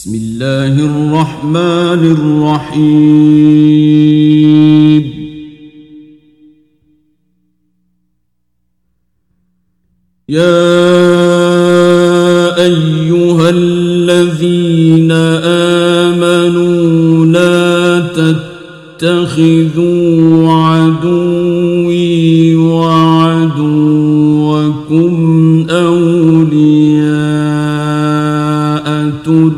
بسم الله الرحمن الرحيم يا أيها الذين آمنوا لا تتخذوا عدوي وعدوكم أولياء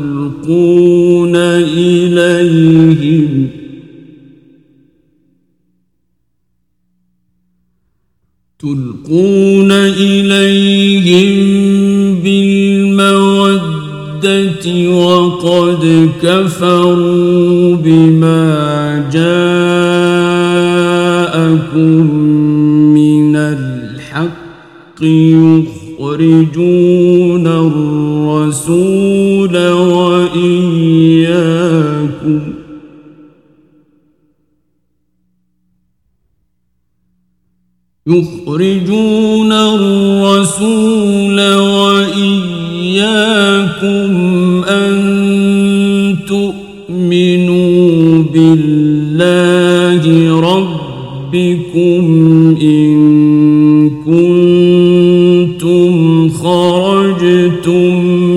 تلقون إليهم بالمودة وقد كفروا بما جاءكم من الحق يخرجون الرسول وإياكم أن تؤمنوا بالله ربكم إن كنتم خرجتم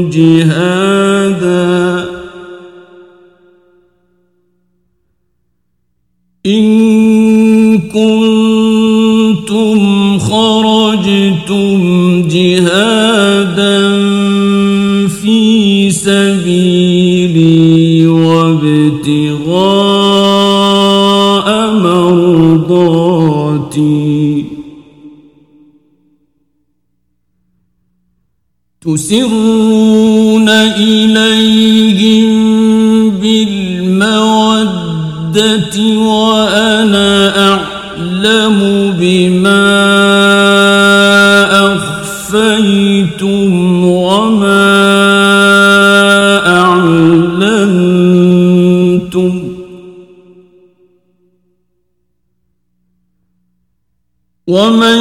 جهادا في سبيلي وابتغاء مرضاتي تسرون إليهم بالمودة وأنا أعلم بما أخفيتم وما أعلنتم ومن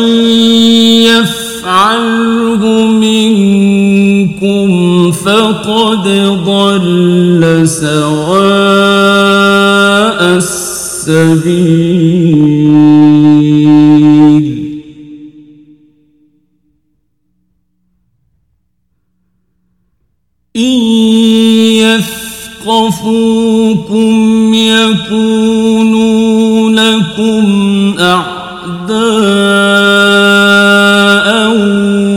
يفعله منكم فقد ضل سواء السبيل إن يثقفوكم يكونوا لكم أعداء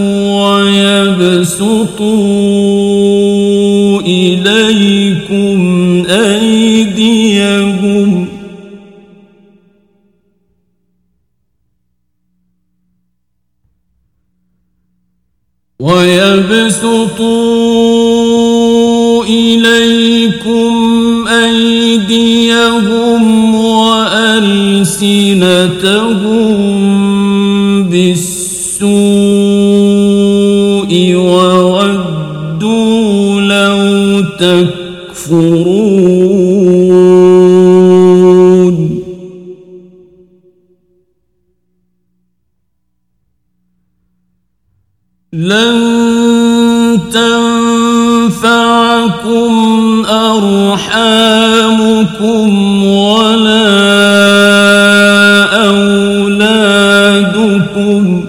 ويبسطوا إليكم أيديهم وألسنتهم بالسوء وودوا لو تكفرون لن تنفعكم أرحامكم ولا أولادكم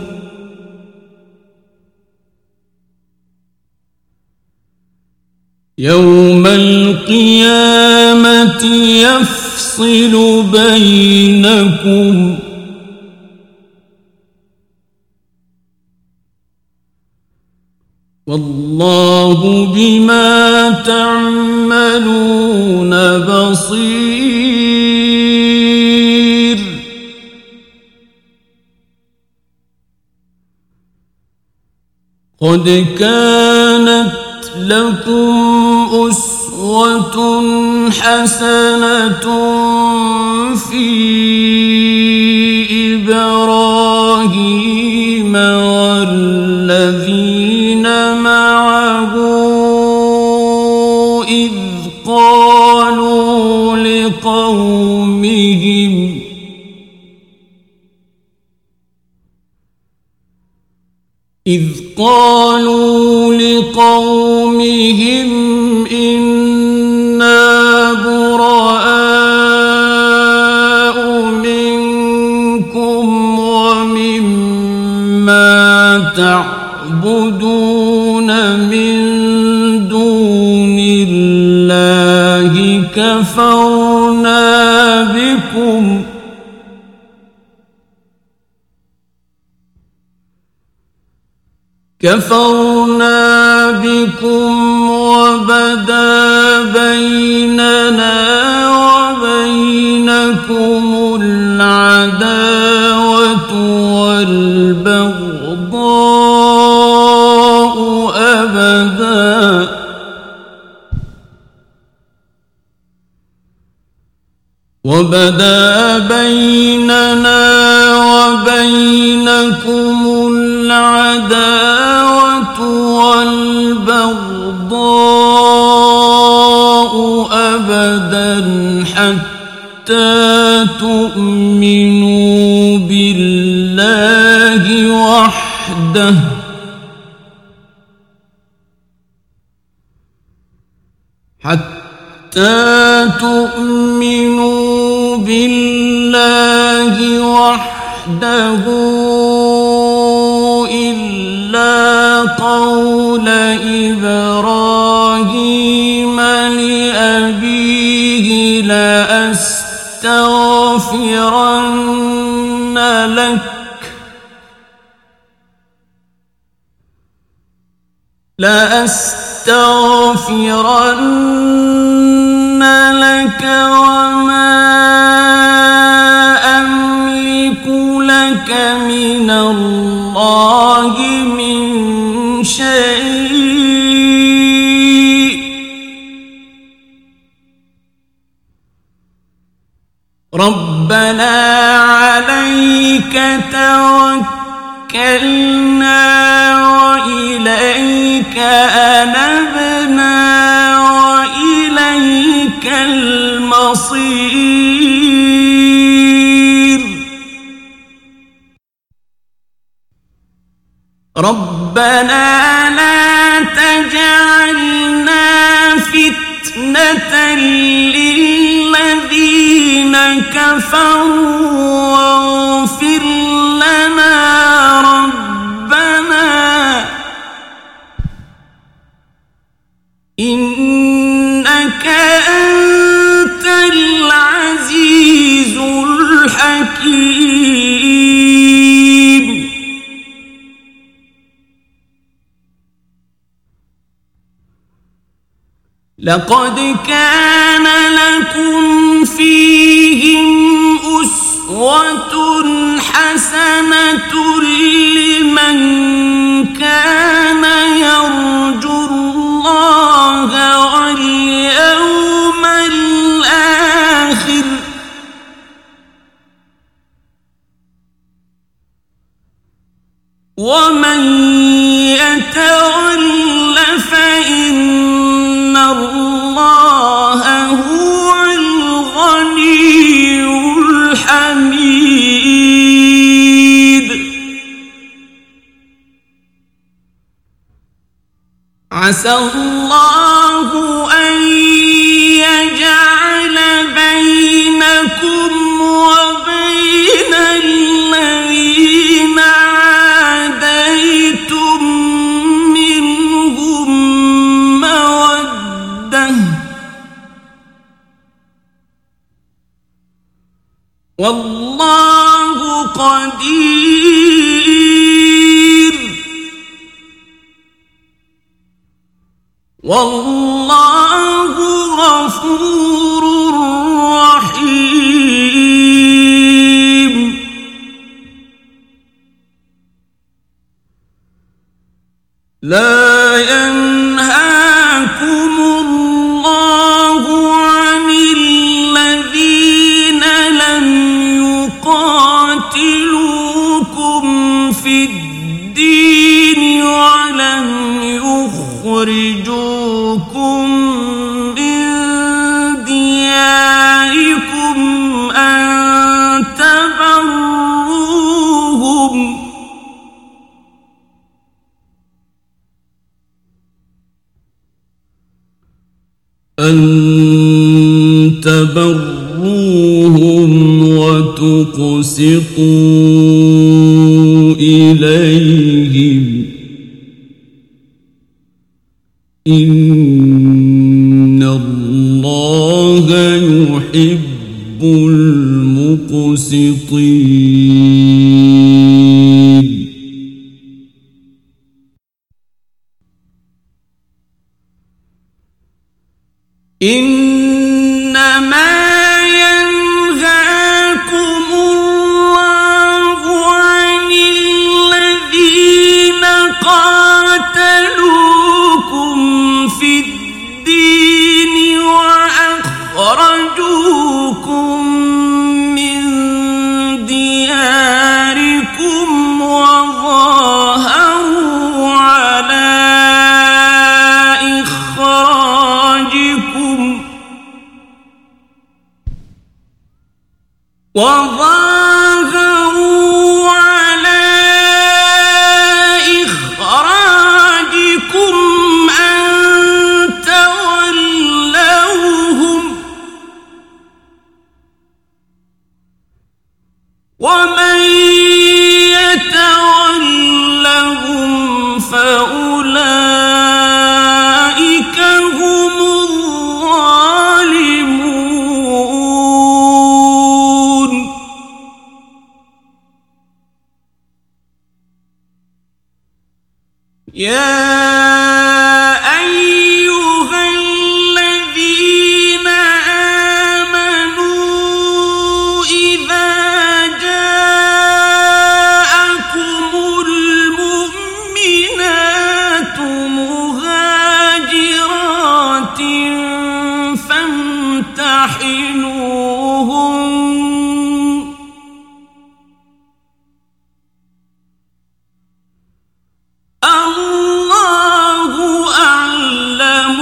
يوم القيامة يفصل بينكم والله بما تعملون بصير قد كانت لكم أسوة حسنة في إبراهيم والذين معه إذ قالوا لقومهم إن بالله كفرنا بكم وبدا بيننا وبينكم العداوة والبغضاء أبدا حتى تؤمنوا بالله وحده إلا قول إبراهيم لأبيه لأستغفرن لك وما أملك لك من الله من شيء ربنا عليك توكلنا وإليك أنبنا وإليك المصير ربنا لا تجعلنا فتنة للذين كفروا واغفر لنا ربنا إنك أنت العزيز الحكيم لقد كان لكم فيهم أسوة حسنة لمن كان يرجو الله واليوم الآخر ومن يتول فإن الله هو الغني الحميد عسى الله أن يجعل بينكم وبين الذين عاديتم منهم مودة والله قدير والله غفور رحيم لا ينهاكم الله عن الذين لم يقاتلوكم في الدين ولم يخرجوكم من دياركم أن تبروهم وتقسطوا إليهم إن مقسطين إنما ينهاكم الله عن الذين قاتلوكم في الدين وأخرجوكم من دياركم وظاهروا على إخراجكم أن تولوهم ومن يتولهم فأولئك هم الظالمون يا أيها الذين آمنوا إذا جاءكم المؤمنات مهاجرات فامتحنوهن الله أعلم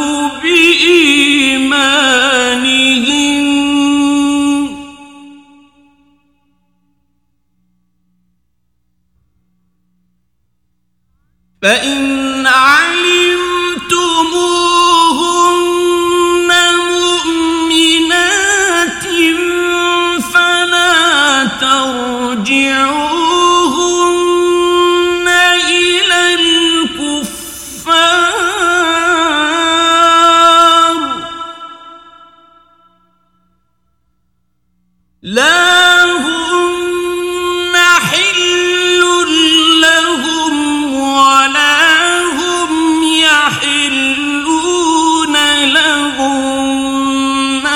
بإيمانهن فإن علمتموهن مؤمنات فلا ترجعوهن إلى الكفار لا هن حل لهم ولا هم يحلون لهن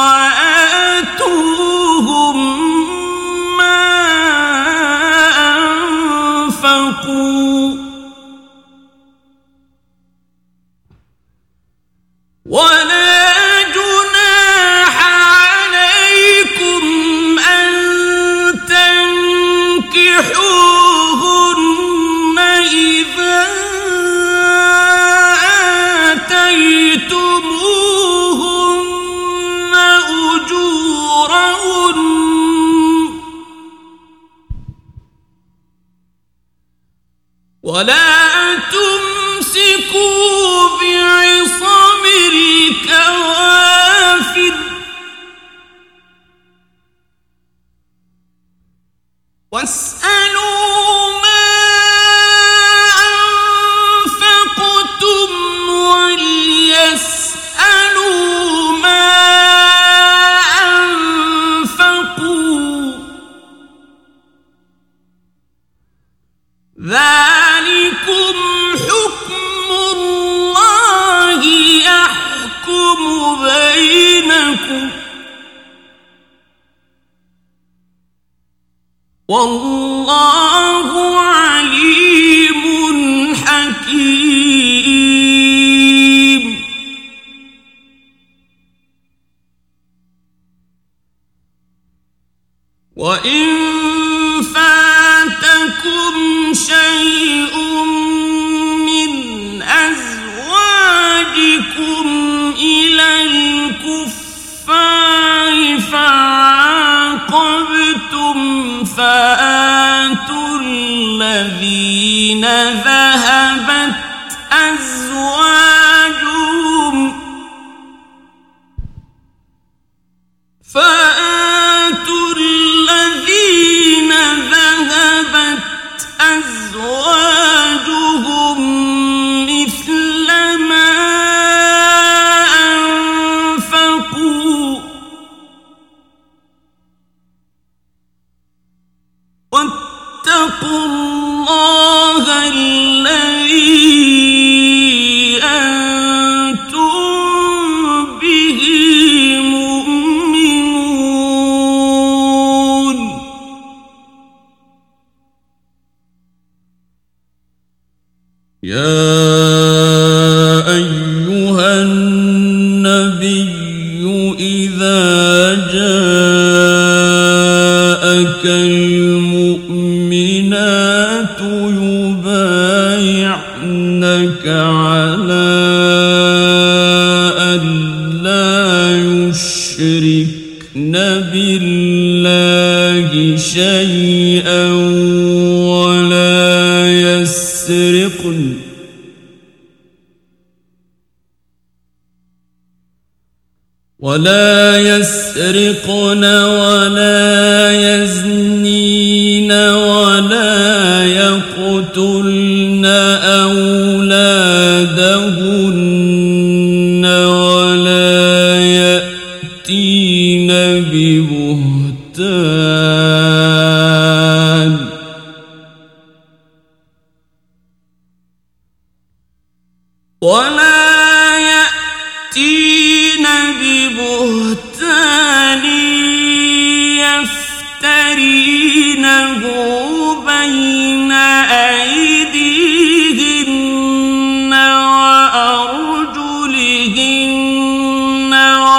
وآتوهم ما أنفقوا ولا جناح عليكم أن تنكحوهن إذا آتيتموهن أجورهن ولا تمسكوا بعصم الكوافر واسألوا ما أنفقتم وليسألوا ما أنفقوا ذلكم حكم الله يحكم بينكم والله عليم حكيم وإن فاتكم شيء من أزواجكم إلى الكفار فعاقبتم فآتوا الذين ذهبت أزواجهم مثل ما أنفقوا النبي إذا جاءك المؤمنات يبايعنك على أن لا يشركن بالله شيئا ولا يسرقن ولا يزنين ولا يقتلن أولادهن ولا يأتين ببهتان يفترينه بين أيديهن وأرجلهن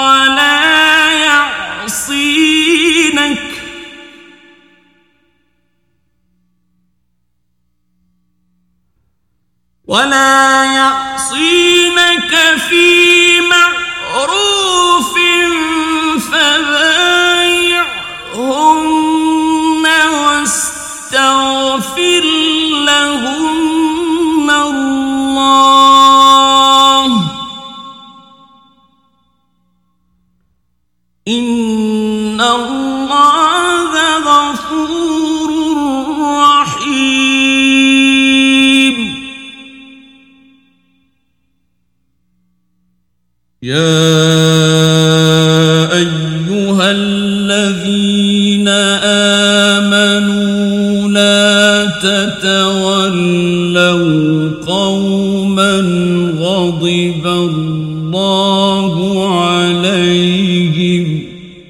ولا يعصينك في معروف فبايعهن واستغفر لهن الله إن الله غفور رحيم. يا أيها الذين آمنوا لا تتولوا قوما غضب الله عليهم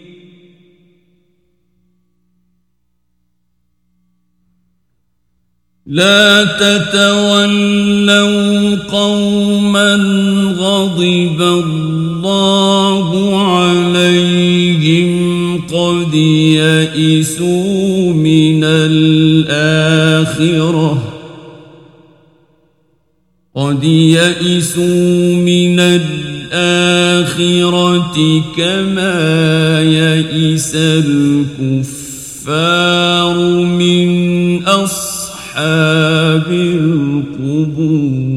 لا تتولوا قوما غضب الله عليهم قد يئسوا من الآخرة كما يئس الكفار من أصحاب القبور.